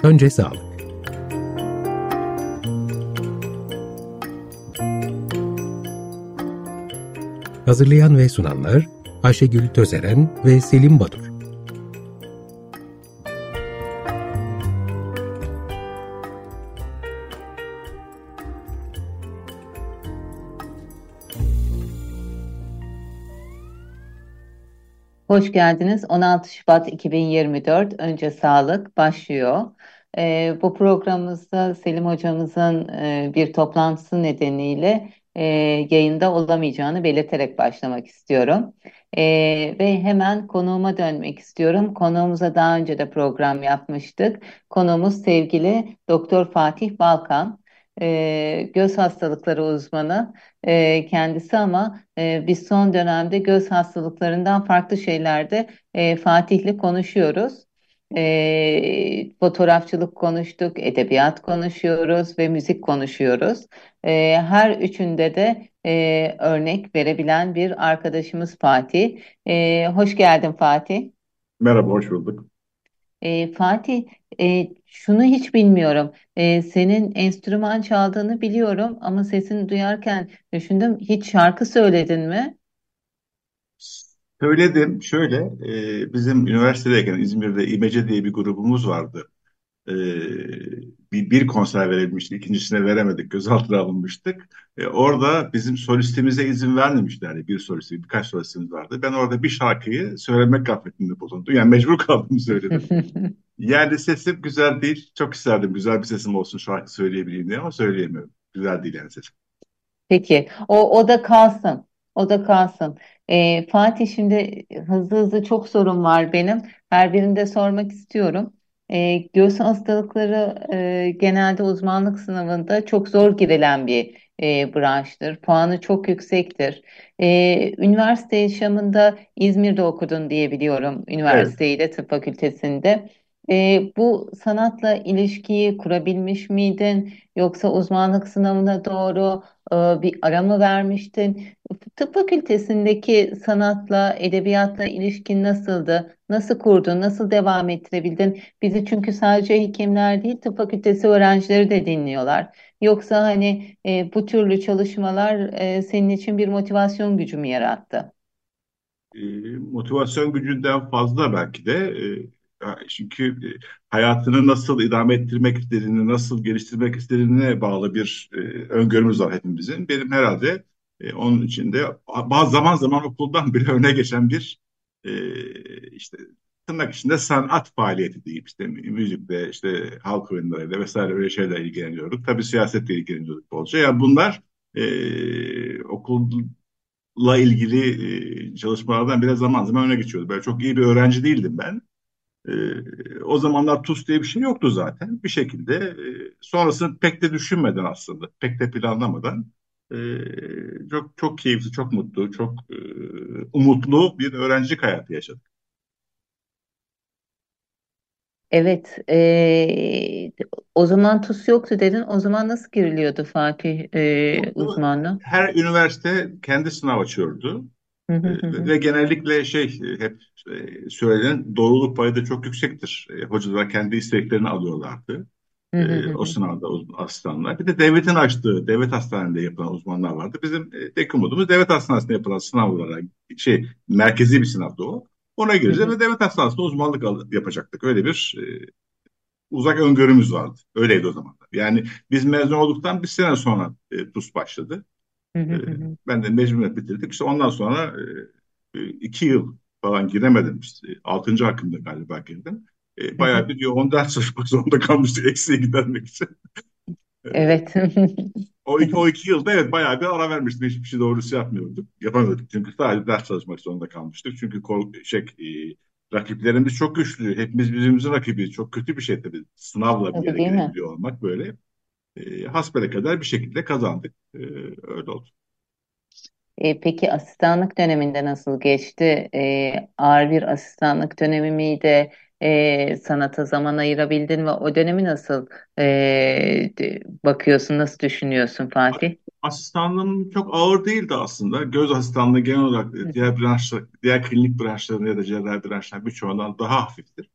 Önce sağlık. Hazırlayan ve sunanlar Ayşegül Tözeren ve Selim Badur. Hoş geldiniz. 16 Şubat 2024 Önce Sağlık başlıyor. Bu programımızda Selim hocamızın bir toplantısı nedeniyle yayında olamayacağını belirterek başlamak istiyorum. Ve hemen konuğuma dönmek istiyorum. Konuğumuza daha önce de program yapmıştık. Konuğumuz sevgili Doktor Fatih Balkan. Göz hastalıkları uzmanı kendisi ama biz son dönemde göz hastalıklarından farklı şeylerde Fatih'le konuşuyoruz. Fotoğrafçılık konuştuk, edebiyat konuşuyoruz ve müzik konuşuyoruz. Her üçünde de örnek verebilen bir arkadaşımız Fatih. Hoş geldin Fatih. Merhaba, hoş bulduk. Fatih, şunu hiç bilmiyorum. Senin enstrüman çaldığını biliyorum ama sesini duyarken düşündüm, hiç şarkı söyledin mi? Söyledim şöyle, bizim üniversitedeyken İzmir'de İmece diye bir grubumuz vardı. E, bir konser verilmişti, ikincisine veremedik, gözaltına alınmıştık. Orada bizim solistimize izin vermemişlerdi, bir solisti, birkaç solistimiz vardı. Ben orada bir şarkıyı söylemek gafletinde bulundum. Yani mecbur kaldım söyledim. Yani sesim güzel değil, çok isterdim güzel bir sesim olsun şarkı söyleyebileyim diye ama söyleyemiyorum. Güzel değil yani sesim. Peki, o da kalsın. O da kalsın. Fatih, şimdi hızlı hızlı çok sorum var benim. Her birini de sormak istiyorum. Göğüs hastalıkları genelde uzmanlık sınavında çok zor girilen bir branştır. Puanı çok yüksektir. Üniversite yaşamında İzmir'de okudun diye biliyorum. Evet. Üniversiteyi de tıp fakültesinde. Bu sanatla ilişkiyi kurabilmiş miydin? Yoksa uzmanlık sınavına doğru bir ara mı vermiştin? Tıp fakültesindeki sanatla, edebiyatla ilişkin nasıldı? Nasıl kurdun? Nasıl devam ettirebildin? Bizi çünkü sadece hekimler değil, tıp fakültesi öğrencileri de dinliyorlar. Yoksa hani bu türlü çalışmalar senin için bir motivasyon gücü mü yarattı? Motivasyon gücünden fazla belki de çünkü hayatını nasıl idame ettirmek istediğini, nasıl geliştirmek istediğine bağlı bir öngörümüz var hepimizin. Benim herhalde onun içinde bazı zaman zaman okuldan bile öne geçen bir işte tırnak içinde sanat faaliyeti diyeyim işte müzikle işte halk oyunlarıyla vesaire öyle şeylerle ilgileniyorduk. Tabii siyasetle ilgileniyorduk bolca. Yani bunlar okul ilgili çalışmalardan bile zaman zaman öne geçiyordu. Böyle çok iyi bir öğrenci değildim ben. O zamanlar TUS diye bir şey yoktu zaten. Bir şekilde sonrasını pek de düşünmeden aslında, pek de planlamadan çok çok keyifli, çok mutlu, çok umutlu bir öğrencilik hayatı yaşadık. Evet, o zaman TUS yoktu dedin. O zaman nasıl giriliyordu Fatih Yoktu. uzmanlığı? Her üniversite kendi sınav açıyordu. Hı hı hı hı. Ve genellikle hep söylenen doğruluk payı da çok yüksektir. Hocalar kendi isteklerini alıyorlardı. Hı hı hı O hı. sınavda asistanlar. Bir de devletin açtığı devlet hastanelerinde yapılan uzmanlar vardı. Bizim tek umudumuz devlet hastanesinde yapılan sınavlara merkezi bir sınavdı o. Ona Hı gireceğiz hı. ve devlet hastanesinde uzmanlık yapacaktık. Öyle bir uzak öngörümüz vardı. Öyleydi o zamanlar. Yani biz mezun olduktan bir sene sonra TUS başladı. Hı E, hı hı hı. Ben de mecburiyet bitirdik. İşte ondan sonra 2 yıl falan giremedim. İşte, 6. hakkımda galiba girdim. Hı hı. Bayağı bir yoğun ders çalışmak zorunda kalmıştık eksiği gidermek için. E, Evet. o iki yılda evet bayağı bir ara vermiştim. Hiçbir şey doğrusu yapmıyorduk. Yapamıyorduk. Çünkü sadece ders çalışmak zorunda kalmıştık. Çünkü rakiplerimiz çok güçlü. Hepimiz birbirimizin rakibiyiz. Çok kötü bir şey tabii. Sınavla bir Tabii yere değil mi? girebiliyor olmak böyle. Hasbelekader bir şekilde kazandık. Öyle oldu. Peki asistanlık döneminde nasıl geçti? Ağır bir asistanlık dönemi miydi? Sanata zaman ayırabildin mi? O dönemi nasıl bakıyorsun, nasıl düşünüyorsun Fatih? Asistanlığım çok ağır değildi aslında. Göz asistanlığı genel olarak Hı hı. diğer klinik branşların ya da cerrahi branşlar birçoğundan daha hafiftir.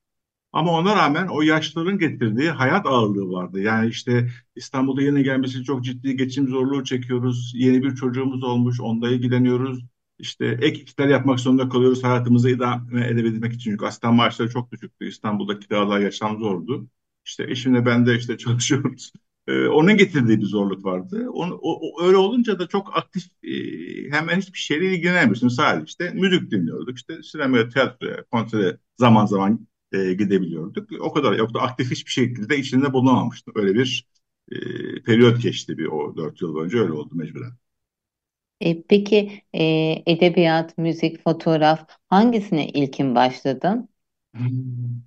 Ama ona rağmen o yaşların getirdiği hayat ağırlığı vardı. Yani işte İstanbul'da yeni gelmesi çok ciddi geçim zorluğu çekiyoruz. Yeni bir çocuğumuz olmuş, onunla ilgileniyoruz. İşte ek işler yapmak zorunda kalıyoruz hayatımızı idame edebilmek için. Çünkü aslen maaşları çok düşüktü. İstanbul'da kiralar, yaşam zordu. İşte eşimle ben de işte çalışıyoruz. Onun getirdiği bir zorluk vardı. Öyle olunca da çok aktif hemen hiçbir şeyle ilgilenemiyorsun. Sadece işte müzik dinliyorduk. İşte sinemaya, tiyatroya, konsere zaman zaman gidebiliyorduk. O kadar. Yoksa aktif hiçbir şekilde içinde bulunamamıştım. Öyle bir periyot geçti o 4 yıl boyunca öyle oldu mecburen. Peki edebiyat, müzik, fotoğraf hangisine ilkin başladın? Hmm.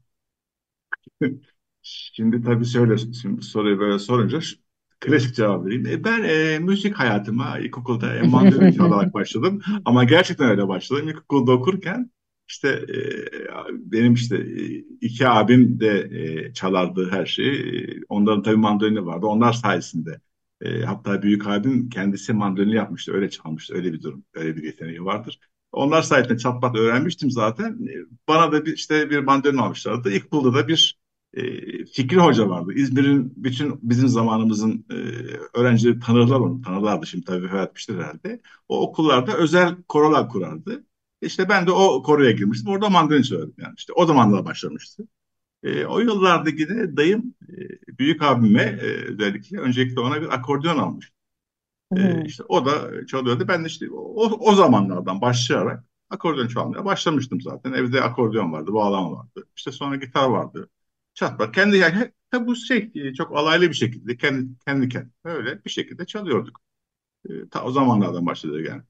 Şimdi tabii şöyle, şimdi soruyu böyle sorunca klasik cevap vereyim. Ben müzik hayatıma ilkokulda mandolin çalarak başladım. Ama gerçekten öyle başladım. İlkokulda okurken işte benim işte iki abim de çalardı her şeyi. Onların tabii mandolini vardı. Onlar sayesinde. Hatta büyük abim kendisi mandolini yapmıştı. Öyle çalmıştı. Öyle bir durum, öyle bir yeteneği vardır. Onlar sayesinde çatpat öğrenmiştim zaten. Bana da işte bir mandolin almışlardı. İlkokulda da bir Fikri Hoca vardı. İzmir'in bütün bizim zamanımızın öğrencileri tanırlar onu. Tanırlardı, şimdi tabii vefat etmiştir herhalde. O okullarda özel korolar kurardı. İşte ben de o koroya girmiştim. Orada mandolin çalıyordum yani. İşte o zamanlar başlamıştı. O yıllarda yine dayım büyük abime özellikle öncelikle ona bir akordeon almış. Hmm. İşte o da çalıyordu. Ben de işte o zamanlardan başlayarak akordeon çalmaya başlamıştım zaten. Evde akordeon vardı, bağlama vardı. İşte sonra gitar vardı. Çatlar. Kendi yani tabi bu şey çok alaylı bir şekilde kendi kendine öyle bir şekilde çalıyorduk. Ta o zamanlardan başladı yani.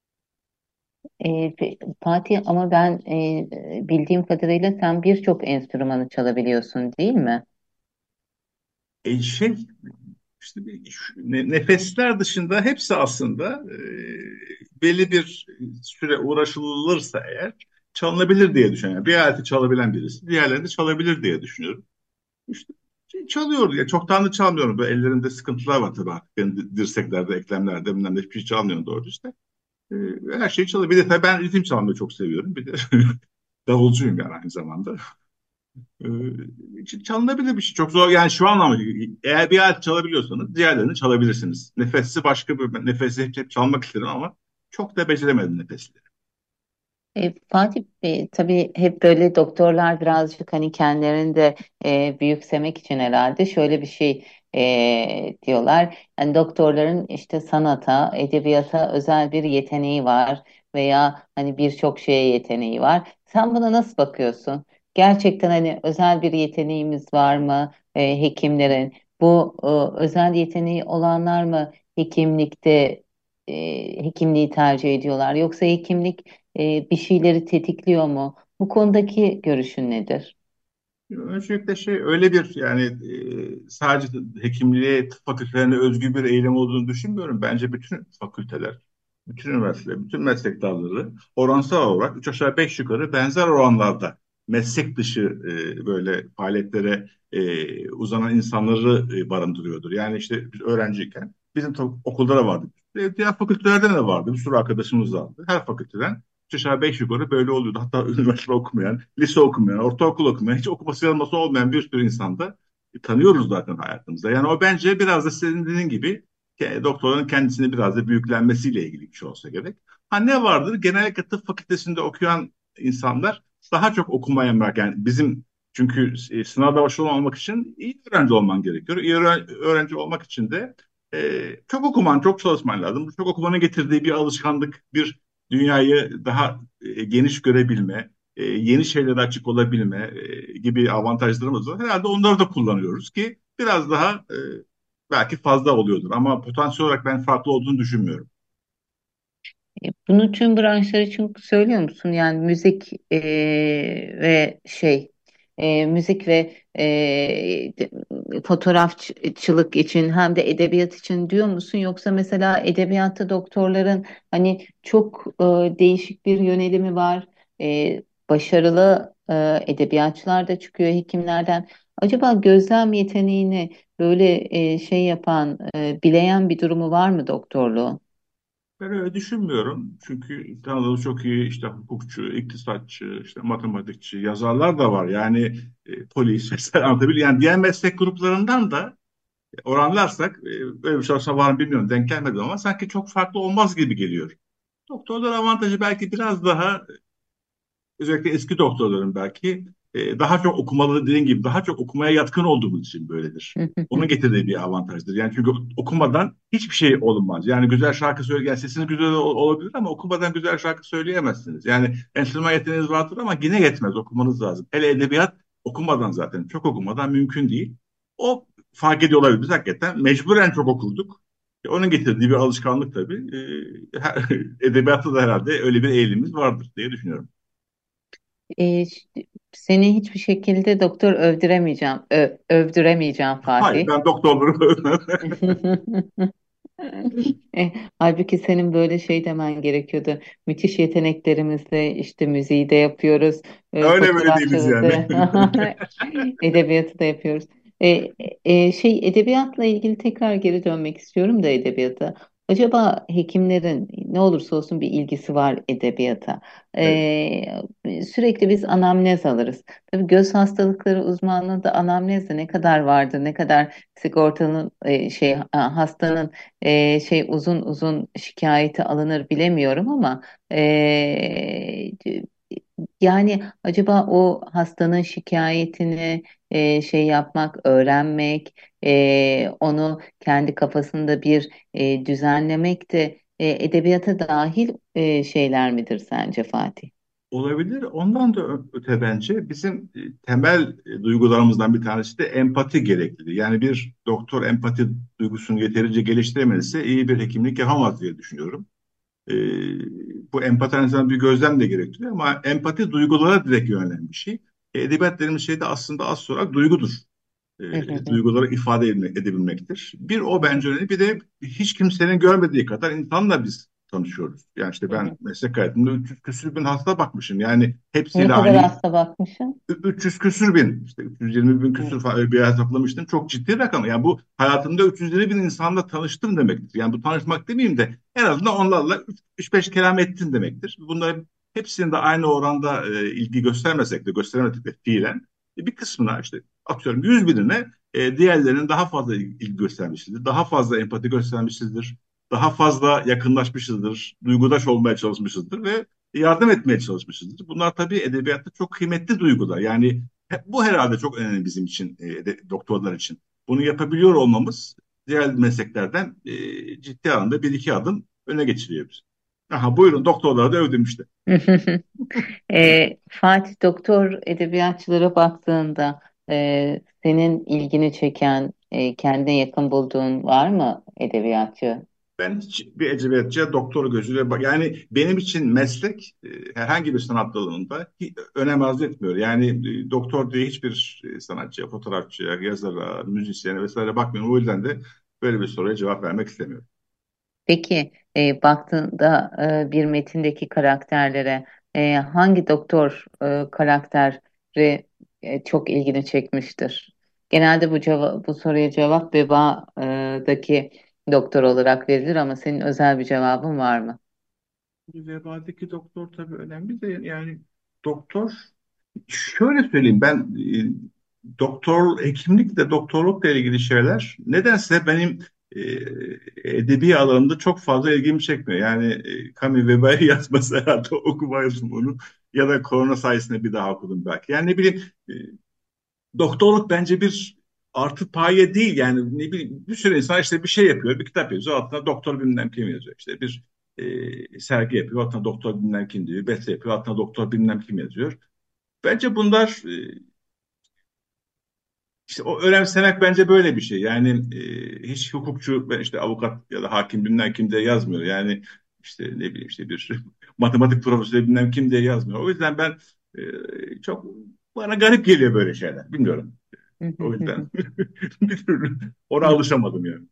Fatih, ama ben bildiğim kadarıyla sen birçok enstrümanı çalabiliyorsun, değil mi? Şey işte nefesler dışında hepsi aslında belli bir süre uğraşılırsa eğer çalınabilir diye düşünüyorum. Yani bir aleti çalabilen birisi diğerlerini de çalabilir diye düşünüyorum. İşte çalıyordu ya, çoktan da çalmıyorum. Böyle ellerimde sıkıntılar var tabii artık. Benim dirseklerde, eklemlerde bilmem ne hiçbir şey çalmıyorum doğru işte. E, Her şeyi çalıyor. Bir de tabii ben ritim çalmayı çok seviyorum. Bir de davulcuyum yani aynı zamanda. Çalınabilir bir şey. Çok zor. Yani şu anlamda eğer bir alet çalabiliyorsanız diğerlerini çalabilirsiniz. Nefesi başka bir nefesi hep çalmak istedim ama çok da beceremedim nefesleri. Fatih Bey, tabii hep böyle doktorlar birazcık hani kendilerini de büyüksemek için herhalde şöyle bir şey diyorlar. Yani doktorların işte sanata, edebiyata özel bir yeteneği var veya hani birçok şeye yeteneği var. Sen buna nasıl bakıyorsun? Gerçekten hani özel bir yeteneğimiz var mı hekimlerin? Bu özel yeteneği olanlar mı hekimliği tercih ediyorlar? Yoksa hekimlik bir şeyleri tetikliyor mu? Bu konudaki görüşün nedir? Öncelikle şey öyle bir yani sadece hekimliğe, tıp fakültelerine özgü bir eylem olduğunu düşünmüyorum. Bence bütün fakülteler, bütün üniversiteler, bütün meslek dalları oransal olarak 3 aşağı 5 yukarı benzer oranlarda meslek dışı böyle faaliyetlere uzanan insanları barındırıyordur. Yani işte biz öğrenciyken bizim okulda da vardı. Diğer fakültelerden de vardı. Bir sürü arkadaşımız vardı. Her fakülteden 3 aşağı 5 yukarı böyle oluyordu. Hatta üniversite okumayan, lise okumayan, ortaokul okumayan, hiç okuması yazması olmayan bir sürü insan da tanıyoruz zaten hayatımızda. Yani o bence biraz da senin dediğin gibi doktorların kendisini biraz da büyüklenmesiyle ilgili bir şey olsa gerek. Ha ne vardır? Genellikle tıp fakültesinde okuyan insanlar daha çok okumaya merak. Yani bizim çünkü sınavda başarılı olmak için iyi öğrenci olman gerekiyor. İyi öğrenci olmak için de çok okuman, çok çalışman lazım. Bu çok okumanın getirdiği bir alışkanlık, bir dünyayı daha geniş görebilme, yeni şeylere açık olabilme gibi avantajlarımız var. Herhalde onları da kullanıyoruz ki biraz daha belki fazla oluyordur. Ama potansiyel olarak ben farklı olduğunu düşünmüyorum. Bunu tüm branşlar için söylüyor musun? Yani ve müzik ve fotoğrafçılık için hem de edebiyat için diyor musun? Yoksa mesela edebiyatta doktorların hani çok değişik bir yönelimi var. Başarılı edebiyatçılar da çıkıyor hekimlerden. Acaba gözlem yeteneğini böyle bileyen bir durumu var mı doktorluğu? Ben öyle düşünmüyorum. Çünkü tanıdığım çok iyi işte hukukçu, iktisatçı, işte matematikçi, yazarlar da var. Yani polis vesaire anlatabiliyor. Yani diğer meslek gruplarından da oranlarsak böyle bir şey olsa var mı bilmiyorum. Denk gelmedi ama sanki çok farklı olmaz gibi geliyor. Doktorlar avantajı belki biraz daha özellikle eski doktorların belki daha çok okumalı dediğin gibi daha çok okumaya yatkın olduğumuz için böyledir. Onun getirdiği bir avantajdır. Yani çünkü okumadan hiçbir şey olmaz. Yani güzel şarkı söyle, yani sesiniz güzel olabilir ama okumadan güzel şarkı söyleyemezsiniz. Yani enstrüman yeteneğiniz vardır ama yine yetmez. Okumanız lazım. Hele edebiyat okumadan zaten çok okumadan mümkün değil. O fark ediyor olabilir. Biz hakikaten mecburen çok okurduk. Onun getirdiği bir alışkanlık tabii. Edebiyatta da herhalde öyle bir eğilimimiz vardır diye düşünüyorum. E, ş- Seni hiçbir şekilde doktor övdüremeyeceğim Hayır, Fatih. ben doktorluğum. Halbuki senin böyle şey demen gerekiyordu. Müthiş yeteneklerimizle işte müziği de yapıyoruz, Öyle böyle değiliz fotoğrafçılığı yani. da, edebiyatı da yapıyoruz. Şey edebiyatla ilgili tekrar geri dönmek istiyorum da edebiyata. Acaba hekimlerin ne olursa olsun bir ilgisi var edebiyata. Evet. Sürekli biz anamnez alırız. Tabii göz hastalıkları uzmanlığında anamnez de ne kadar vardır, ne kadar sigortanın hastanın şey uzun uzun şikayeti alınır bilemiyorum ama yani acaba o hastanın şikayetini şey yapmak, öğrenmek, onu kendi kafasında bir düzenlemek de edebiyata dahil şeyler midir sence Fatih? Olabilir. Ondan da öte bence bizim temel duygularımızdan bir tanesi de empati gerekliliği. Yani bir doktor empati duygusunu yeterince geliştiremediyse iyi bir hekimlik yapamaz diye düşünüyorum. E, Bu empati aynı zamanda bir gözlem de gerektiriyor ama empati duygulara direkt yönelen bir şey. Edebiyat dediğimiz şey de aslında az sonra duygudur. Duyguları ifade edebilmektir. Bir o bence önemli. Bir de hiç kimsenin görmediği kadar insanla biz tanışıyoruz. Yani işte ben meslek hayatımda 300 küsür bin hasta bakmışım. Yani Ne hepsiyle kadar aynı hasta bakmışım? 300 küsür bin, işte 320 bin küsür falan öyle bir hesaplamıştım. Çok ciddi rakam. Yani bu hayatımda 350 bin insanla tanıştım demektir. Yani bu tanışmak demeyeyim de en azından onlarla 3-5 kelam ettim demektir. Bunların hepsinin de aynı oranda ilgi göstermesek de gösteremedik de fiilen bir kısmına işte atıyorum 100 binine diğerlerinin daha fazla ilgi göstermişizdir. Daha fazla empati göstermişizdir. Daha fazla yakınlaşmışızdır. Duygudaş olmaya çalışmışızdır ve yardım etmeye çalışmışızdır. Bunlar tabii edebiyatta çok kıymetli duygular. Yani bu herhalde çok önemli bizim için, doktorlar için. Bunu yapabiliyor olmamız diğer mesleklerden ciddi anlamda bir iki adım öne geçiriyor bizi. Aha buyurun doktorlara da övdüm işte. Fatih doktor edebiyatçılara baktığında senin ilgini çeken, kendine yakın bulduğun var mı edebiyatçı? Ben hiç bir edebiyatçıya doktor gözüyle bak. Yani benim için meslek herhangi bir sanat dalında önem arz etmiyor. Yani doktor diye hiçbir sanatçıya, fotoğrafçıya, yazara, müzisyene vesaire bakmıyorum. O yüzden de böyle bir soruya cevap vermek istemiyorum. Peki baktığında bir metindeki karakterlere hangi doktor karakteri çok ilgini çekmiştir? Genelde bu soruya cevap Veba'daki doktor olarak verilir ama senin özel bir cevabın var mı? Vebadaki doktor tabii önemli de yani doktor şöyle söyleyeyim ben hekimlikle doktorlukla ilgili şeyler nedense benim e, edebi alanında çok fazla ilgimi çekmiyor. Yani Camus Weber'i yazması herhalde okumayızım onu ya da korona sayesinde bir daha okudum belki. Yani ne bileyim doktorluk bence bir artı paye değil yani ne bileyim bir sürü insan işte bir şey yapıyor bir kitap yazıyor altına doktor bilmem kim yazıyor işte bir sergi yapıyor altına doktor bilmem kim diyor beste yapıyor altına doktor bilmem kim yazıyor. Bence bunlar işte o önemsemek bence böyle bir şey yani hiç hukukçu ben işte avukat ya da hakim bilmem kim diye yazmıyor yani işte ne bileyim işte bir matematik profesörü bilmem kim diye yazmıyor. O yüzden ben çok bana garip geliyor böyle şeyler bilmiyorum. O yüzden bir türlü ona alışamadım yani.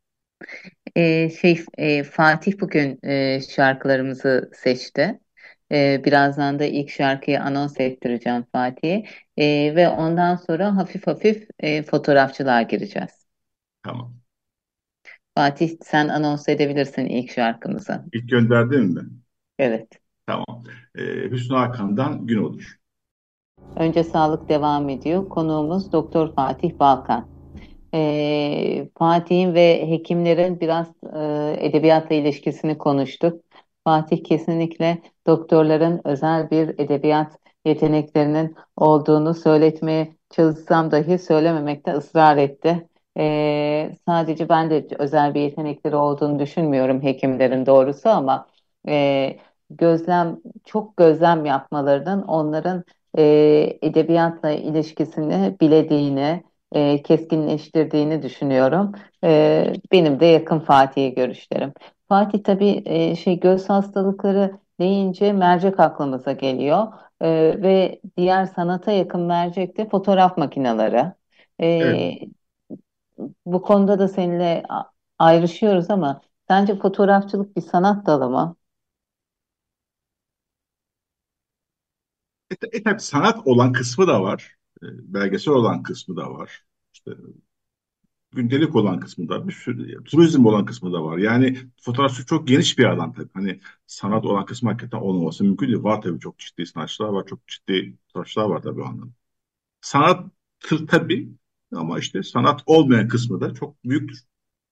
Fatih bugün şarkılarımızı seçti. Birazdan da ilk şarkıyı anons ettireceğim Fatih'e. Ve ondan sonra hafif hafif fotoğrafçılığa gireceğiz. Tamam. Fatih, sen anons edebilirsin ilk şarkımızı. İlk gönderdim mi? Evet. Tamam. Hüsnü Hakan'dan Gün Olur. Önce sağlık devam ediyor. Konuğumuz Doktor Fatih Balkan. Fatih'in ve hekimlerin biraz edebiyatla ilişkisini konuştuk. Fatih kesinlikle doktorların özel bir edebiyat yeteneklerinin olduğunu söyletmeye çalışsam dahi söylememekte ısrar etti. Sadece ben de özel bir yetenekleri olduğunu düşünmüyorum hekimlerin doğrusu ama e, çok gözlem yapmalarının onların edebiyatla ilişkisini bilediğini keskinleştirdiğini düşünüyorum. Benim de yakın Fatih'e görüşlerim. Fatih tabii göz hastalıkları deyince mercek aklımıza geliyor. Ve diğer sanata yakın mercek de fotoğraf makineleri. Evet. E, Bu konuda da seninle ayrışıyoruz ama sence fotoğrafçılık bir sanat dalı mı? Tabii sanat olan kısmı da var. Belgesel olan kısmı da var. İşte gündelik olan kısmı da bir sürü, turizm olan kısmı da var. Yani fotoğrafçı çok geniş bir alan tabii. Hani sanat olan kısmı hakikaten olmaması mümkün değil. Var tabii, çok ciddi sanatçılar var, çok ciddi fotoğrafçılar var tabii o anlamda. Sanat tabii, ama işte sanat olmayan kısmı da çok büyüktür.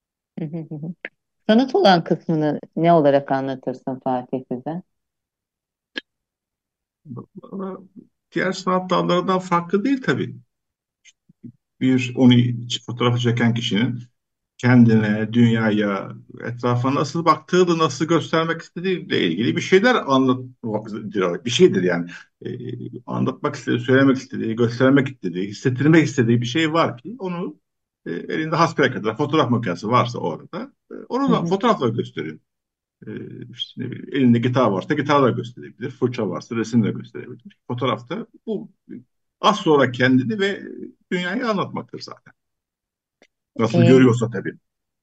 Sanat olan kısmını ne olarak anlatırsın Fatih bize? Ama diğer sanat dallarından farklı değil tabii. Onu fotoğrafı çeken kişinin kendine, dünyaya, etrafa nasıl baktığını, nasıl göstermek istediğiyle ilgili bir şeyler anlatmak, bir şeydir yani. Anlatmak istediği, söylemek istediği, göstermek istediği, hissettirmek istediği bir şey var ki onu elinde hasbelkader fotoğraf makinesi varsa orada onu da fotoğrafla gösteriyor. E, işte ne bileyim, elinde gitar varsa gitarla gösterebilir, fırça varsa resimle gösterebilir. Fotoğrafta bu az sonra kendini ve dünyayı anlatmaktır zaten. Nasıl E, görüyorsa tabii.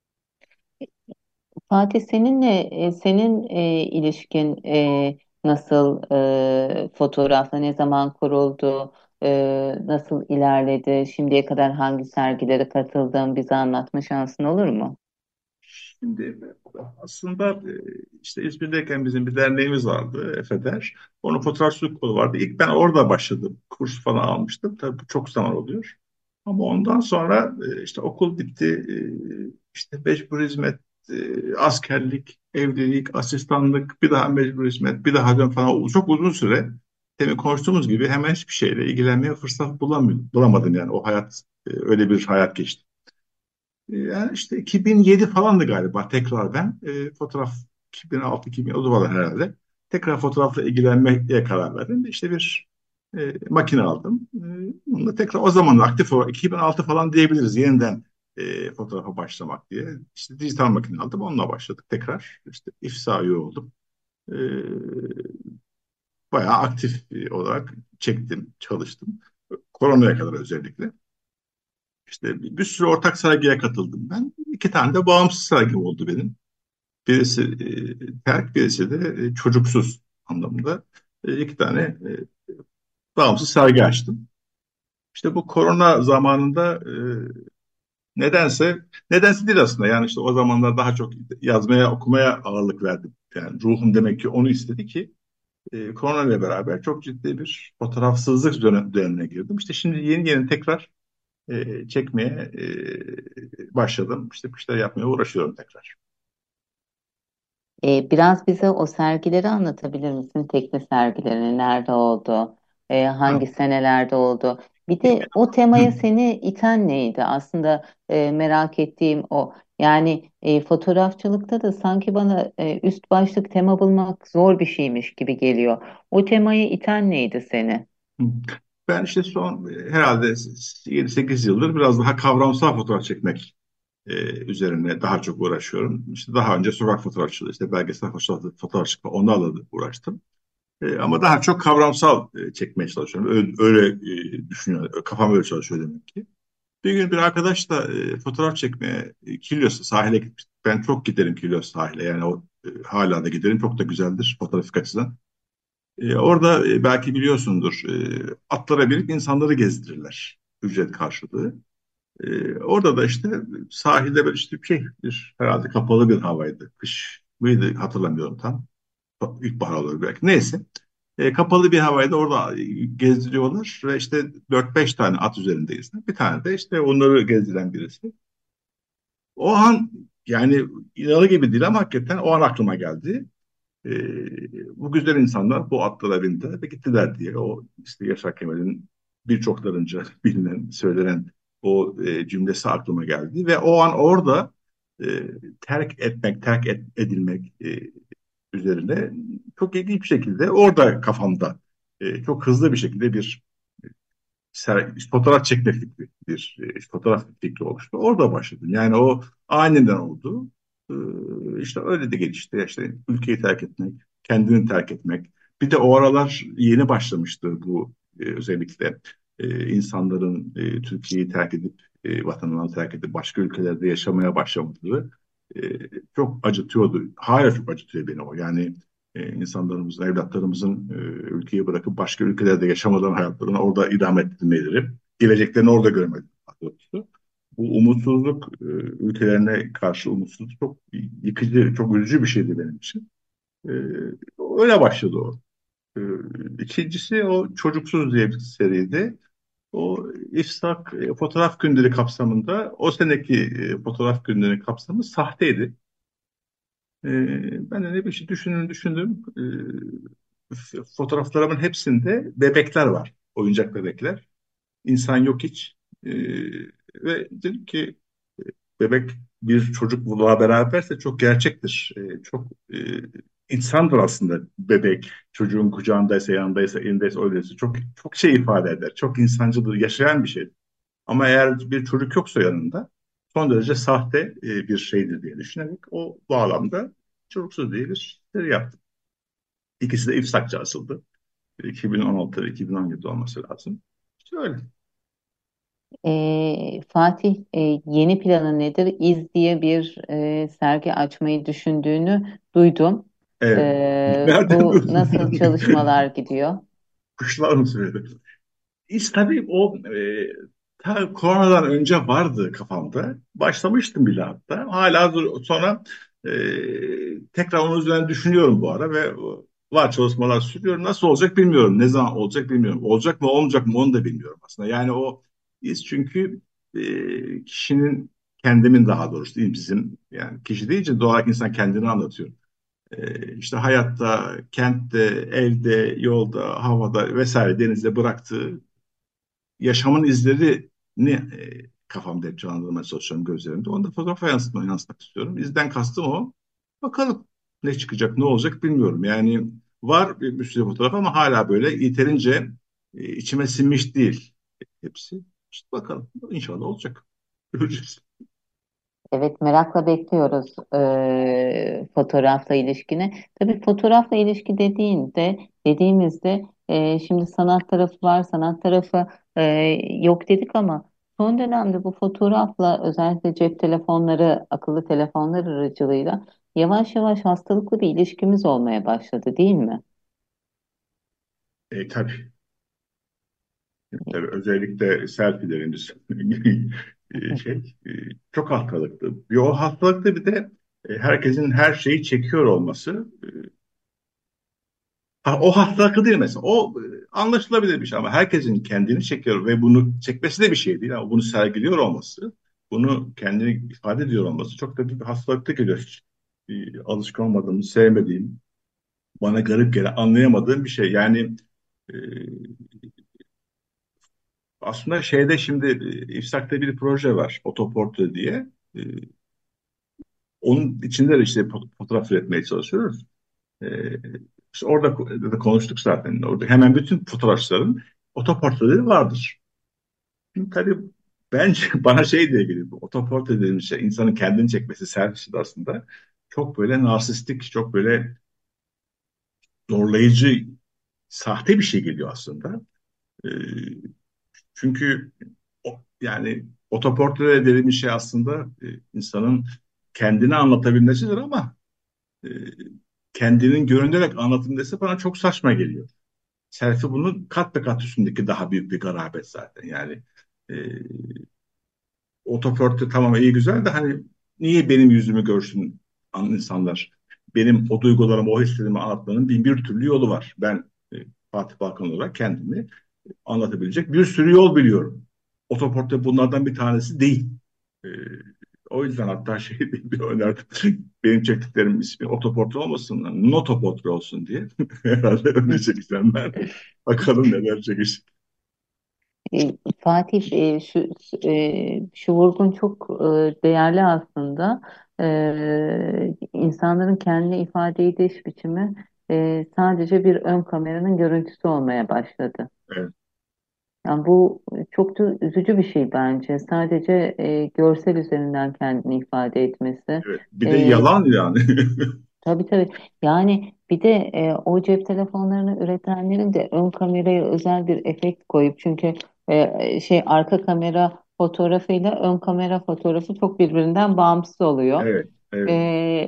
Fatih, senin ilişkin nasıl, fotoğrafla ne zaman kuruldu, nasıl ilerledi, şimdiye kadar hangi sergilere katıldın, bize anlatma şansın olur mu? Şimdi aslında işte İzmir'deyken bizim bir derneğimiz vardı, EFEDER. Onun fotoğrafçılık kolu vardı. İlk ben orada başladım. Kurs falan almıştım. Tabii bu çok zaman oluyor. Ama ondan sonra işte okul bitti. İşte mecbur hizmet, askerlik, evlilik, asistanlık, bir daha mecbur hizmet, bir daha dön falan. Çok uzun süre demin konuştuğumuz gibi hemen hiçbir şeyle ilgilenmeye fırsat bulamadım yani. O hayat, öyle bir hayat geçti. Yani işte 2007 falandı galiba tekrar ben fotoğraf, 2006-2007 o zaman herhalde tekrar fotoğrafla ilgilenmeye karar verdim. İşte bir makine aldım. Bununla tekrar o zaman aktif olarak 2006 falan diyebiliriz, yeniden fotoğrafa başlamak diye. İşte dijital makine aldım, onunla başladık tekrar. İşte ifsai oldum. E, Bayağı aktif olarak çektim, çalıştım. Koronaya kadar özellikle. İşte bir sürü ortak sergiye katıldım ben. İki tane de bağımsız sergim oldu benim. Birisi terk, birisi de çocuksuz anlamında. İki tane bağımsız sergi açtım. İşte bu korona zamanında nedense değil aslında. Yani işte o zamanlar daha çok yazmaya, okumaya ağırlık verdim. Yani ruhum demek ki onu istedi ki korona ile beraber çok ciddi bir fotoğrafsızlık dönemine girdim. İşte şimdi yeni yeni tekrar çekmeye başladım. İşte bir şeyler yapmaya uğraşıyorum tekrar. Biraz bize o sergileri anlatabilir misin? Tekne sergilerini, nerede oldu, Ha. hangi senelerde oldu? Bir de o Hı. temaya seni iten neydi? Aslında merak ettiğim o. Yani fotoğrafçılıkta da sanki bana üst başlık tema bulmak zor bir şeymiş gibi geliyor. O temaya iten neydi seni? Hı. Ben işte son herhalde 7-8 yıldır biraz daha kavramsal fotoğraf çekmek üzerine daha çok uğraşıyorum. İşte daha önce sokak fotoğrafçılığı, işte belgesel fotoğrafçılık, onlarla da uğraştım. Ama daha çok kavramsal çekmeye çalışıyorum. Öyle düşünüyorum. Kafam öyle çalışıyor demek ki. Bir gün bir arkadaşla fotoğraf çekmeye Kilyos'a sahile gitmiştik. Ben çok giderim Kilyos sahile. Yani hala da giderim. Çok da güzeldir fotoğrafik açıdan. Orada belki biliyorsundur, atlara binip insanları gezdirirler ücret karşılığı. Orada da işte sahilde böyle işte bir herhalde kapalı bir havaydı. Kış mıydı hatırlamıyorum tam. İlkbahar olur belki. Neyse. Kapalı bir havayda orada gezdiriyorlar ve işte 4-5 tane at üzerindeyiz. Bir tane de işte onları gezdiren birisi. O an yani inanılır gibi değil ama hakikaten o an aklıma geldi. Bu güzel insanlar bu atlara bindiler ve gittiler diye. O işte Yaşar Kemal'in birçoklarınca bilinen, söylenen o cümlesi aklıma geldi. Ve o an orada e, edilmek üzerine çok ilginç bir şekilde orada kafamda çok hızlı bir şekilde bir fotoğraf çekme fikri, fotoğraf fikri oluştu. Orada başladım. Yani o aniden oldu. İşte öyle de gelişti. İşte ülkeyi terk etmek, kendini terk etmek. Bir de o aralar yeni başlamıştı bu özellikle insanların Türkiye'yi terk edip vatanını terk edip başka ülkelerde yaşamaya başlamaları e, çok acıtıyordu. Hala çok acıtıyor beni o. Yani insanlarımızın, evlatlarımızın ülkeyi bırakıp başka ülkelerde yaşamadan hayatlarını orada idame ettirmeleri, geleceklerini orada görmeleri. Bu umutsuzluk, ülkelerine karşı umutsuzluk çok yıkıcı, çok üzücü bir şeydi benim için. E, Öyle başladı o. E, İkincisi o Çocuksuz diye bir seriydi. O İshak fotoğraf günleri kapsamında o seneki fotoğraf günlerinin kapsamı sahteydi. Ben de ne bir şey düşündüm. Fotoğraflarımın hepsinde bebekler var. Oyuncak bebekler. İnsan yok hiç. Ee, Ve dedim ki bebek bir çocukla beraberse çok gerçektir. Çok insandır aslında bebek. Çocuğun kucağındaysa, yanındaysa, elindeyse, öyleyse çok çok şey ifade eder. Çok insancıdır, yaşayan bir şey. Ama eğer bir çocuk yoksa yanında son derece sahte bir şeydir diye düşünerek o bağlamda çocuksuz diye bir seri yaptım. İkisi de İfsakçı asıldı. 2016-2017 olması lazım. İşte öyle. Fatih, yeni planı nedir? İz diye bir sergi açmayı düşündüğünü duydum. Evet. Nereden Bu duydun? nasıl çalışmalar gidiyor? Kuşlar mı söyledi? İş tabii o ta koronadan önce vardı kafamda. Başlamıştım bile hatta. Sonra e, tekrar onun üzerine düşünüyorum bu ara ve var çalışmalar sürüyor. Nasıl olacak bilmiyorum. Ne zaman olacak bilmiyorum. Olacak mı olmayacak mı onu da bilmiyorum aslında. Yani o iz çünkü kişinin kendimin daha doğrusu değil bizim yani kişi deyince doğal olarak insan kendini anlatıyor. İşte hayatta, kentte, evde, yolda, havada vesaire denizde bıraktığı yaşamın izlerini kafamda hep canlandırmaya çalışıyorum gözlerimde. Onu da fotoğrafa yansıtmak istiyorum. İzden kastım o. Bakalım ne çıkacak, ne olacak bilmiyorum. Yani var bir sürü fotoğraf ama hala böyle yeterince içime sinmiş değil hepsi. İşte bakalım. İnşallah olacak. Göreceğiz. Evet, merakla bekliyoruz fotoğrafla ilişkini. Tabii fotoğrafla ilişki dediğimizde şimdi sanat tarafı var, sanat tarafı e, yok dedik ama son dönemde bu fotoğrafla özellikle cep telefonları, akıllı telefonlar aracılığıyla yavaş yavaş hastalıklı bir ilişkimiz olmaya başladı, değil mi? Tabii. Tabii özellikle selfie'lerimiz çok hastalıklı. O hastalıkta bir de herkesin her şeyi çekiyor olması o hastalıklı değil mesela. O anlaşılabilir bir şey ama herkesin kendini çekiyor ve bunu çekmesi de bir şey değil ama bunu sergiliyor olması, bunu kendini ifade ediyor olması çok da bir hastalıklı geliyor. Hiç alışkın olmadığım, sevmediğim, bana garip gelen, anlayamadığım bir şey. Yani e, aslında şeyde şimdi İFSAK'ta bir proje var, Otoportre diye. E, Onun içinde de işte fotoğraf üretmeye çalışıyoruz. E, işte orada da konuştuk zaten. Orada hemen bütün fotoğrafçıların otoportreleri vardır. Şimdi tabii bence bana şey diye geliyor. Bu otoportre dediğimiz şey insanın kendini çekmesi, selfie aslında çok böyle narsistik, çok böyle zorlayıcı, sahte bir şey geliyor aslında. E, Çünkü yani otoportre dediğimiz şey aslında insanın kendini anlatabilmesidir ama e, kendinin görünerek anlatılması bana çok saçma geliyor. Selfie bunun kat be kat üstündeki daha büyük bir garabet zaten. Yani e, otoportre tamam iyi güzel de hani niye benim yüzümü görsün insanlar? Benim o duygularımı, o hislerimi anlatmanın bin bir türlü yolu var. Ben Fatih Balkan olarak kendimi anlatabilecek bir sürü yol biliyorum. Otoportre bunlardan bir tanesi değil. E, O yüzden hatta şey bir önerdim. Benim çektiklerim ismi otoportre olmasın, notoportre olsun diye. Herhalde öyle çekeceğim ben. Bakalım neler çekecek. Fatih, şu vurgun çok değerli aslında. İnsanların kendini ifade ediş biçimi sadece bir ön kameranın görüntüsü olmaya başladı. Evet, Yani bu çok da üzücü bir şey bence. Sadece görsel üzerinden kendini ifade etmesi. evet. Bir de E, yalan yani. Tabii tabii. Yani bir de o cep telefonlarını üretenlerin de ön kameraya özel bir efekt koyup, çünkü arka kamera fotoğrafıyla ön kamera fotoğrafı çok birbirinden bağımsız oluyor. Evet, evet.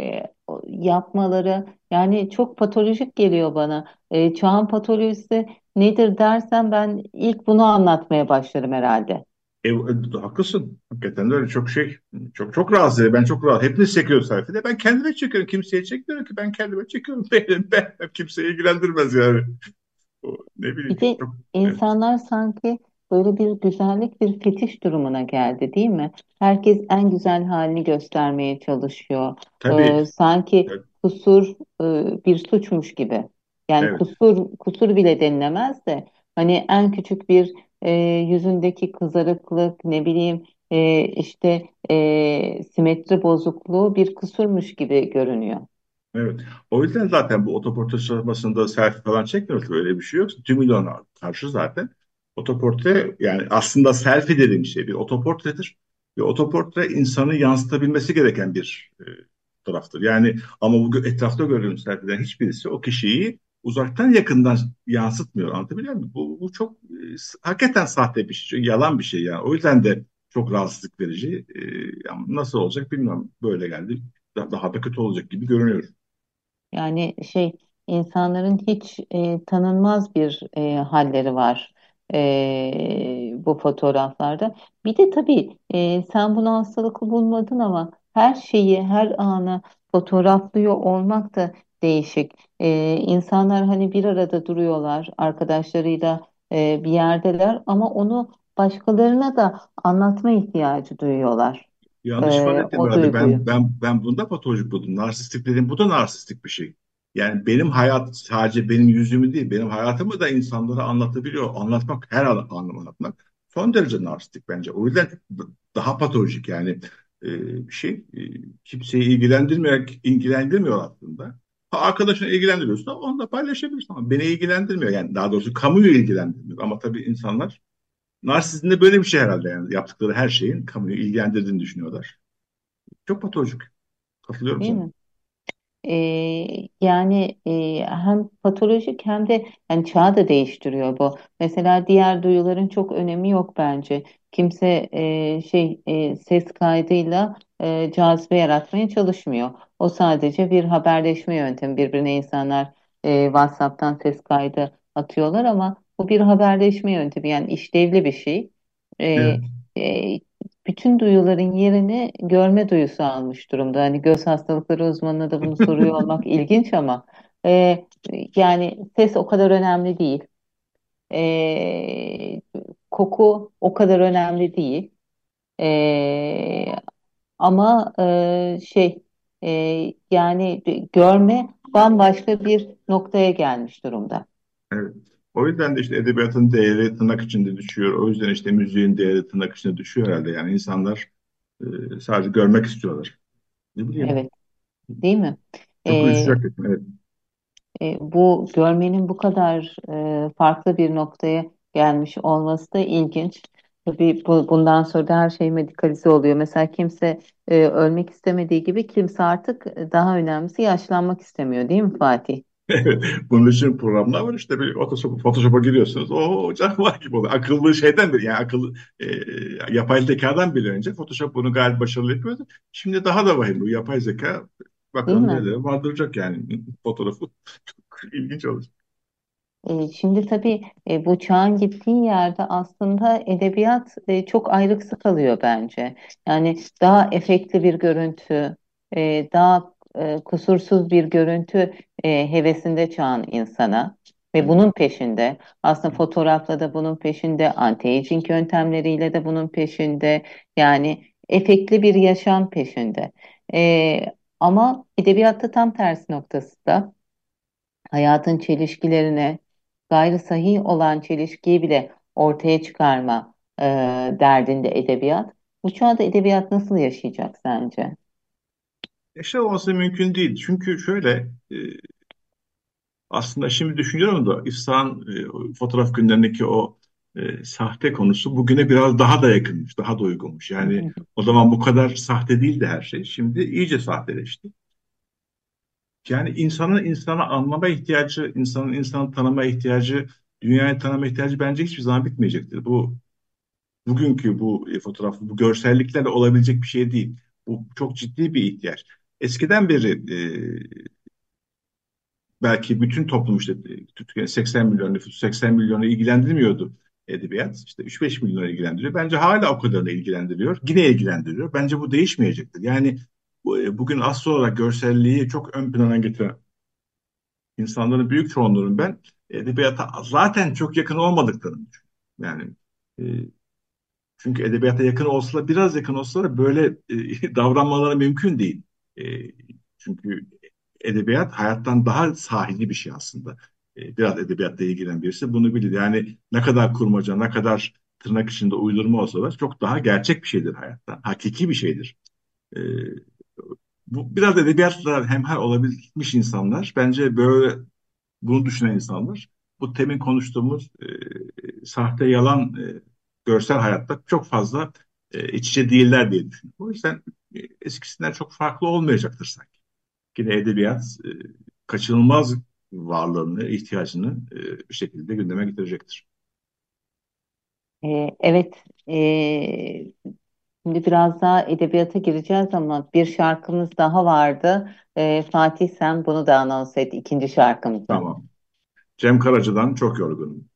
Yapmaları yani çok patolojik geliyor bana. Çağın patolojisi nedir dersen ben ilk bunu anlatmaya başlarım herhalde. Haklısın. Hakikaten de öyle çok şey. Çok çok rahatsız ediyor. Ben çok rahat. Hepiniz çekiyor sayfada. Ben kendime çekiyorum. Kimseye çekmiyorum ki. Ben kendime çekiyorum. Ben kimseyi ilgilendirmez yani. Ne Bir bileyim. de Çok, evet. insanlar sanki böyle bir güzellik, bir fetiş durumuna geldi, değil mi? Herkes en güzel halini göstermeye çalışıyor. Tabii. Sanki Evet. kusur bir suçmuş gibi. Yani Evet. kusur bile denilemez de hani en küçük bir yüzündeki kızarıklık, ne bileyim, işte simetri bozukluğu bir kusurmuş gibi görünüyor. Evet. O yüzden zaten bu otoportre çalışmasında selfie falan çekmiyoruz. Öyle bir şey yok. Tüm milyona karşı zaten. Otoportre yani aslında selfie dediğim şey bir otoportredir. Ve otoportre insanı yansıtabilmesi gereken bir fotoğraftır. Yani ama bu etrafta gördüğümüz selfie'den hiçbirisi o kişiyi uzaktan yakından yansıtmıyor. Anlatabiliyor muyum? Bu çok hakikaten sahte bir şey. Yalan bir şey yani. O yüzden de çok rahatsızlık verici. Ama nasıl olacak bilmiyorum. Böyle geldi. Daha da kötü olacak gibi görünüyor. Yani insanların hiç tanınmaz bir halleri var bu fotoğraflarda. Bir de tabii sen bunu hastalıklı bulmadın ama her şeyi, her anı fotoğraflıyor olmak da değişik. İnsanlar hani bir arada duruyorlar, arkadaşlarıyla bir yerdeler ama onu başkalarına da anlatma ihtiyacı duyuyorlar. Yanlış ifade ettim O herhalde. duyguyu. Ben bunda patolojik buldum. Narsistik dediğim bu da narsistik bir şey. Yani benim hayat sadece benim yüzümü değil, benim hayatımı da insanlara anlatabiliyor. Anlatmak, her anlamda anlatmak son derece narsistik bence. O yüzden daha patolojik yani bir şey. Kimseyi ilgilendirmiyor aslında. Ha, arkadaşını ilgilendiriyorsa onu da paylaşabilirsin ama beni ilgilendirmiyor. Yani daha doğrusu kamuyu ilgilendirmiyor. Ama tabii insanlar narsizmde böyle bir şey herhalde yani. Yaptıkları her şeyin kamuyu ilgilendirdiğini düşünüyorlar. Çok patolojik. Katılıyorum Değil sana. mi? Yani hem patolojik hem de yani çağı da değiştiriyor bu. Mesela diğer duyuların çok önemi yok bence. Kimse ses kaydıyla cazibe yaratmaya çalışmıyor. O sadece bir haberleşme yöntemi. Birbirine insanlar WhatsApp'tan ses kaydı atıyorlar ama bu bir haberleşme yöntemi. Yani işlevli bir şey. Evet. E, e, Bütün duyuların yerini görme duyusu almış durumda. Hani göz hastalıkları uzmanına da bunu soruyor olmak ilginç ama e, yani ses o kadar önemli değil. E, Koku o kadar önemli değil. E, Ama yani görme bambaşka bir noktaya gelmiş durumda. Evet. O yüzden de işte edebiyatın değeri tırnak içinde düşüyor. O yüzden işte müziğin değeri tırnak içinde düşüyor herhalde. Yani insanlar sadece görmek istiyorlar. Ne bileyim. Evet, değil mi? Çok üzücü E, hakikaten. Evet. Bu görmenin bu kadar farklı bir noktaya gelmiş olması da ilginç. Tabii bundan sonra da her şey medikalize oluyor. Mesela kimse ölmek istemediği gibi kimse artık daha önemlisi yaşlanmak istemiyor, değil mi Fatih? Bunun için programlar var işte bir Photoshop'a giriyorsunuz. O canavar gibi oluyor. Akıllı şeyden bile yani akıllı yapay zekadan bile önce Photoshop bunu gayet başarılı yapıyordu. Şimdi daha da vahim bu yapay zeka Değil bakalım mi? nerelere vardıracak yani fotoğrafı. Çok ilginç olacak. Şimdi tabii bu çağın gittiği yerde aslında edebiyat çok ayrıksı kalıyor bence. Yani daha efektli bir görüntü, daha kusursuz bir görüntü hevesinde çağın insana ve Evet. bunun peşinde. Aslında fotoğrafla da bunun peşinde, anti-aging yöntemleriyle de bunun peşinde. Yani efektli bir yaşam peşinde. E, Ama edebiyatta tam tersi noktası da hayatın çelişkilerine, gayri sahih olan çelişkiyi bile ortaya çıkarma derdinde edebiyat. Bu çağda edebiyat nasıl yaşayacak sence? Yaşar olması mümkün değil. Çünkü şöyle aslında şimdi düşünüyorum da İhsan o fotoğraf günlerindeki o sahte konusu bugüne biraz daha da yakınmış, daha da uygunmuş. Yani o zaman bu kadar sahte değildi her şey. Şimdi iyice sahteleşti. Yani insanın insana anlama ihtiyacı, insanın insanı tanıma ihtiyacı, dünyayı tanıma ihtiyacı bence hiçbir zaman bitmeyecektir. Bu bugünkü bu fotoğraf, bu görselliklerle olabilecek bir şey değil. Bu çok ciddi bir ihtiyaç. Eskiden beri belki bütün toplum işte Türkiye 80 milyon nüfus 80 milyonu ilgilendirmiyordu edebiyat. İşte 3-5 milyonu ilgilendiriyor. Bence hala o kadarını ilgilendiriyor. Yine ilgilendiriyor. Bence bu değişmeyecektir. Yani bugün asıl olarak görselliği çok ön plana getiren insanların büyük çoğunluğunun ben edebiyata zaten çok yakın olmadıklarını düşünüyorum. Yani e, çünkü edebiyata yakın olsalar, biraz yakın olsalar böyle davranmaları mümkün değil. E, Çünkü edebiyat hayattan daha sahili bir şey aslında. Biraz edebiyatla ilgilenen birisi bunu bilir. Yani ne kadar kurmaca, ne kadar tırnak içinde uydurma olsa da çok daha gerçek bir şeydir hayatta. Hakiki bir şeydir. E, Bu biraz edebiyatla hemhal olabilmiş insanlar. Bence böyle bunu düşünen insanlar bu temin konuştuğumuz sahte yalan görsel hayatta çok fazla iç içe değiller diye düşünüyorum. O yüzden eskisinden çok farklı olmayacaktır sanki. Yine edebiyat kaçınılmaz varlığını, ihtiyacını bir şekilde gündeme getirecektir. Evet, şimdi biraz daha edebiyata gireceğiz ama bir şarkımız daha vardı. Fatih, sen bunu da anons et, ikinci şarkımızı. Tamam. Cem Karaca'dan çok yorgunum.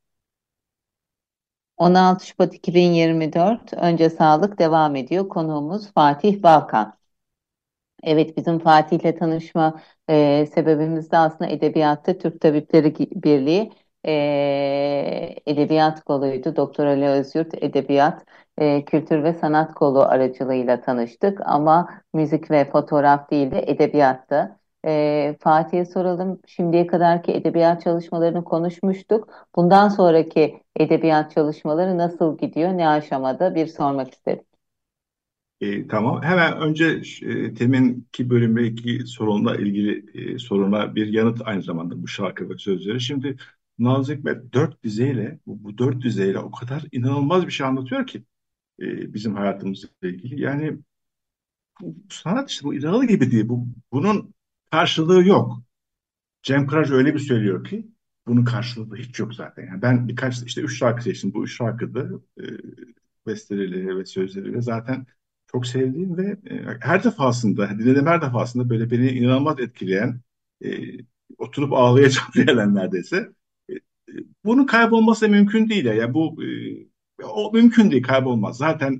16 Şubat 2024, Önce Sağlık devam ediyor. Konuğumuz Fatih Balkan. Evet, bizim Fatih'le tanışma sebebimiz de aslında edebiyatta Türk Tabipleri Birliği edebiyat koluydu. Doktor Ali Özyurt Edebiyat Kültür ve Sanat Kolu aracılığıyla tanıştık ama müzik ve fotoğraf değil de edebiyattı. Fatih'e soralım. Şimdiye kadarki edebiyat çalışmalarını konuşmuştuk. Bundan sonraki edebiyat çalışmaları nasıl gidiyor, ne aşamada bir sormak istedim. Tamam. Hemen önce teminki bölümdeki sorunla ilgili soruna bir yanıt aynı zamanda bu şarkı ve sözleri. Şimdi Nazım Hikmet dört dizeyle bu dört dizeyle o kadar inanılmaz bir şey anlatıyor ki bizim hayatımızla ilgili. Yani bu sanat işte bu İralı gibi değil. Bunun karşılığı yok. Cem Karaca öyle bir söylüyor ki bunun karşılığı da hiç yok zaten. Yani ben birkaç işte üç şarkı seçtim. Bu üç şarkıda besteleriyle ve sözleriyle zaten çok sevdiğim ve her defasında dinlediğim her defasında böyle beni inanılmaz etkileyen e, oturup ağlayacak diyelim neredeyse. E, Bunun kaybolması mümkün değil ya. Yani bu o mümkün değil kaybolmaz. Zaten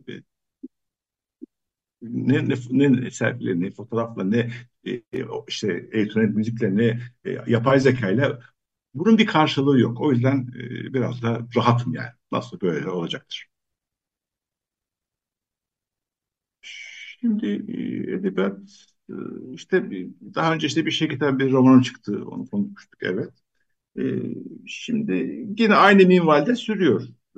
ne sergiyle ne fotoğrafla ne işte elektronik müzikle ne yapay zekayla bunun bir karşılığı yok. O yüzden biraz da rahatım yani. Nasıl böyle olacaktır. Şimdi edebiyat e, işte daha önce işte bir şey kitap bir romanım çıktı. Onu konuşmuştuk evet. E, Şimdi yine aynı minvalde sürüyor. E,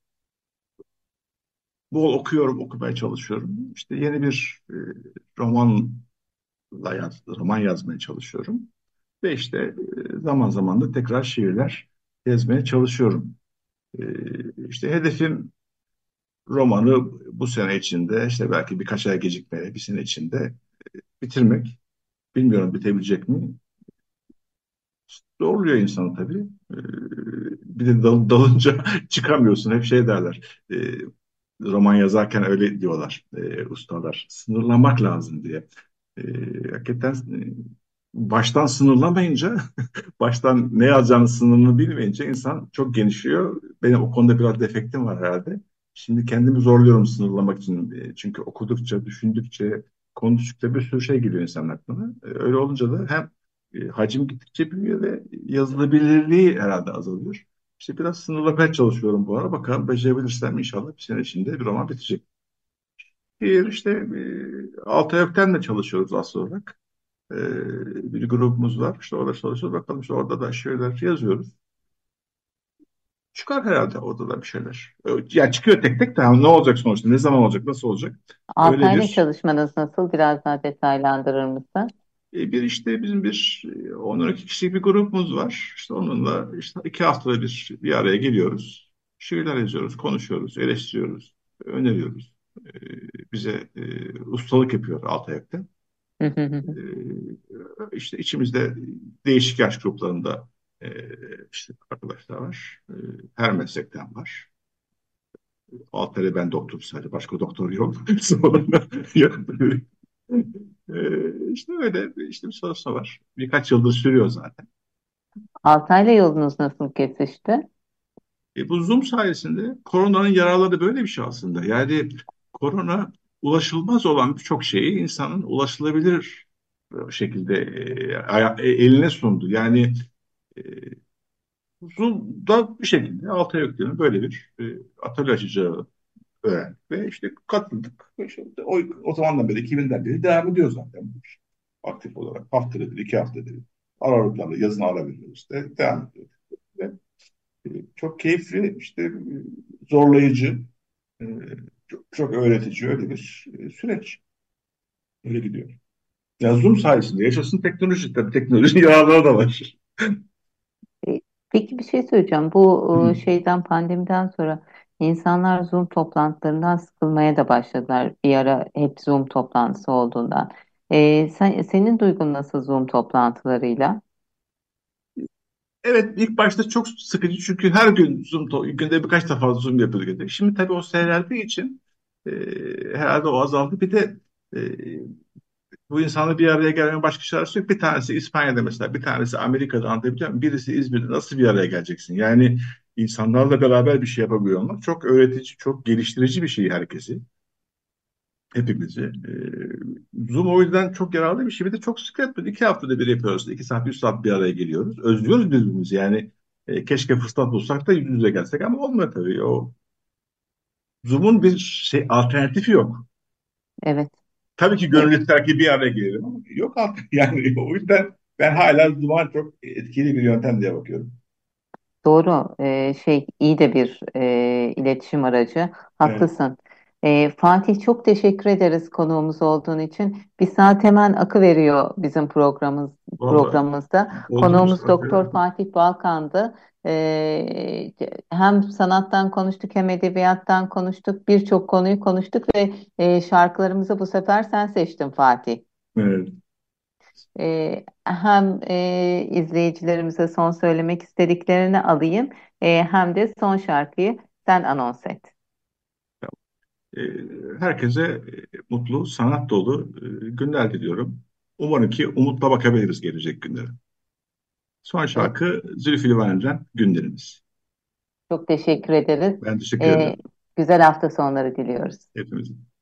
Bol okuyorum, okumaya çalışıyorum. İşte yeni bir romanla roman yazmaya çalışıyorum. Ve işte zaman zaman da tekrar şiirler yazmaya çalışıyorum. E, işte hedefim romanı bu sene içinde işte belki birkaç ay gecikmeyle bir sene içinde bitirmek. Bilmiyorum bitebilecek mi? Zorluyor insanı tabii. Bir de dalınca çıkamıyorsun. Hep şey derler. Roman yazarken öyle diyorlar ustalar. Sınırlamak lazım diye. Hakikaten baştan sınırlamayınca, baştan ne yazacağını sınırını bilmeyince insan çok genişliyor. Benim o konuda biraz defektim var herhalde. Şimdi kendimi zorluyorum sınırlamak için. Çünkü okudukça, düşündükçe, konuştukça bir sürü şey geliyor insanın aklına. Öyle olunca da hem hacim gittikçe büyüyor ve yazılabilirliği herhalde azalıyor. İşte biraz sınırlamaya çalışıyorum bu ara. Bakalım becerebilirsem inşallah bir sene içinde bir roman bitecek. İşte Altay Ökten'le çalışıyoruz asıl olarak. Bir grubumuz var. İşte orada çalışıyoruz. Bakalım işte orada da şeyler yazıyoruz. Çıkar herhalde orada da bir şeyler. Yani çıkıyor tek tek de ama ne olacak sonuçta? Ne zaman olacak? Nasıl olacak? Öyle Altay'la bir çalışmanız nasıl? Biraz daha detaylandırır mısın? bir işte bizim bir 10-12 kişilik bir grubumuz var. İşte onunla işte 2 haftada bir araya geliyoruz. Şiirler yazıyoruz, konuşuyoruz, eleştiriyoruz, öneriyoruz. Bize ustalık yapıyor Altayak'ta. İşte içimizde değişik yaş gruplarında e, işte arkadaşlar var. Her meslekten var. Alper'e ben doktor sadece. Başka doktor yok. Sonra yok. İşte öyle işte bir çalışma var. Birkaç yıldır sürüyor zaten. Altay'la yolunuz nasıl kesişti? Bu Zoom sayesinde koronanın yararları böyle bir şey aslında. Yani korona ulaşılmaz olan birçok şeyi insanın ulaşılabilir şekilde eline sundu. Yani e, Zoom'da bir şekilde Altay Ökten'in böyle bir atölye açacağı öğrendik ve işte katıldık. İşte o zamandan beri 2000'den beri devam ediyor zaten bu iş. Aktif olarak haftada bir, 2 haftada bir aralıklarla yazın ara veriyoruz işte devam ediyor. Ve, çok keyifli işte zorlayıcı e, çok öğretici öyle bir süreç. Öyle gidiyor. Ya Zoom sayesinde yaşasın teknoloji. Tabii teknolojinin yararları da var. E, Peki bir şey söyleyeceğim. Bu Hmm. şeyden pandemiden sonra insanlar Zoom toplantılarından sıkılmaya da başladılar. Bir ara hep Zoom toplantısı olduğundan. Senin duygun nasıl Zoom toplantılarıyla? Evet ilk başta çok sıkıcı çünkü her gün günde birkaç defa Zoom yapıyorduk. Şimdi tabii o seyreldiği için e, herhalde o azaldı. Bir de e, bu insanla bir araya gelmenin başka çaresi yok. Bir tanesi İspanya'da mesela, bir tanesi Amerika'da anlatabiliyor muyum? Birisi İzmir'de nasıl bir araya geleceksin? Yani insanlarla beraber bir şey yapabiliyor olmak çok öğretici, çok geliştirici bir şey herkesi, hepimizi. Zoom o yüzden çok yararlı bir şey. Bir de çok sık yapıyoruz. 2 haftada bir yapıyoruz. 2 saat, 3 saat bir araya geliyoruz. Özlüyoruz birbirimizi. Yani keşke fırsat bulsak da yüz yüze gelsek ama olmuyor tabii. O Zoom'un bir şey alternatifi yok. Evet. Tabii ki gönül ister ki bir araya gelelim ama yok artık. Yani o yüzden ben hala Zoom'a çok etkili bir yöntem diye bakıyorum. Doğru. İyi de bir iletişim aracı. Evet. Haklısın. Fatih çok teşekkür ederiz konuğumuz olduğun için. Bir saat hemen akı veriyor bizim Vallahi programımızda. oldunuz. Konuğumuz Doktor Fatih Balkan'dı. Hem sanattan konuştuk hem edebiyattan konuştuk. Birçok konuyu konuştuk ve şarkılarımızı bu sefer sen seçtin Fatih. Evet. Hem izleyicilerimize son söylemek istediklerini alayım, hem de son şarkıyı sen anons et. E, Herkese mutlu, sanat dolu günler diliyorum. Umarım ki umutla bakabiliriz gelecek günlere. Son E, şarkı Zülfü Livaneli'den Günlerimiz. Çok teşekkür ederiz. Ben teşekkür E, ederim Güzel hafta sonları diliyoruz. hepimizin.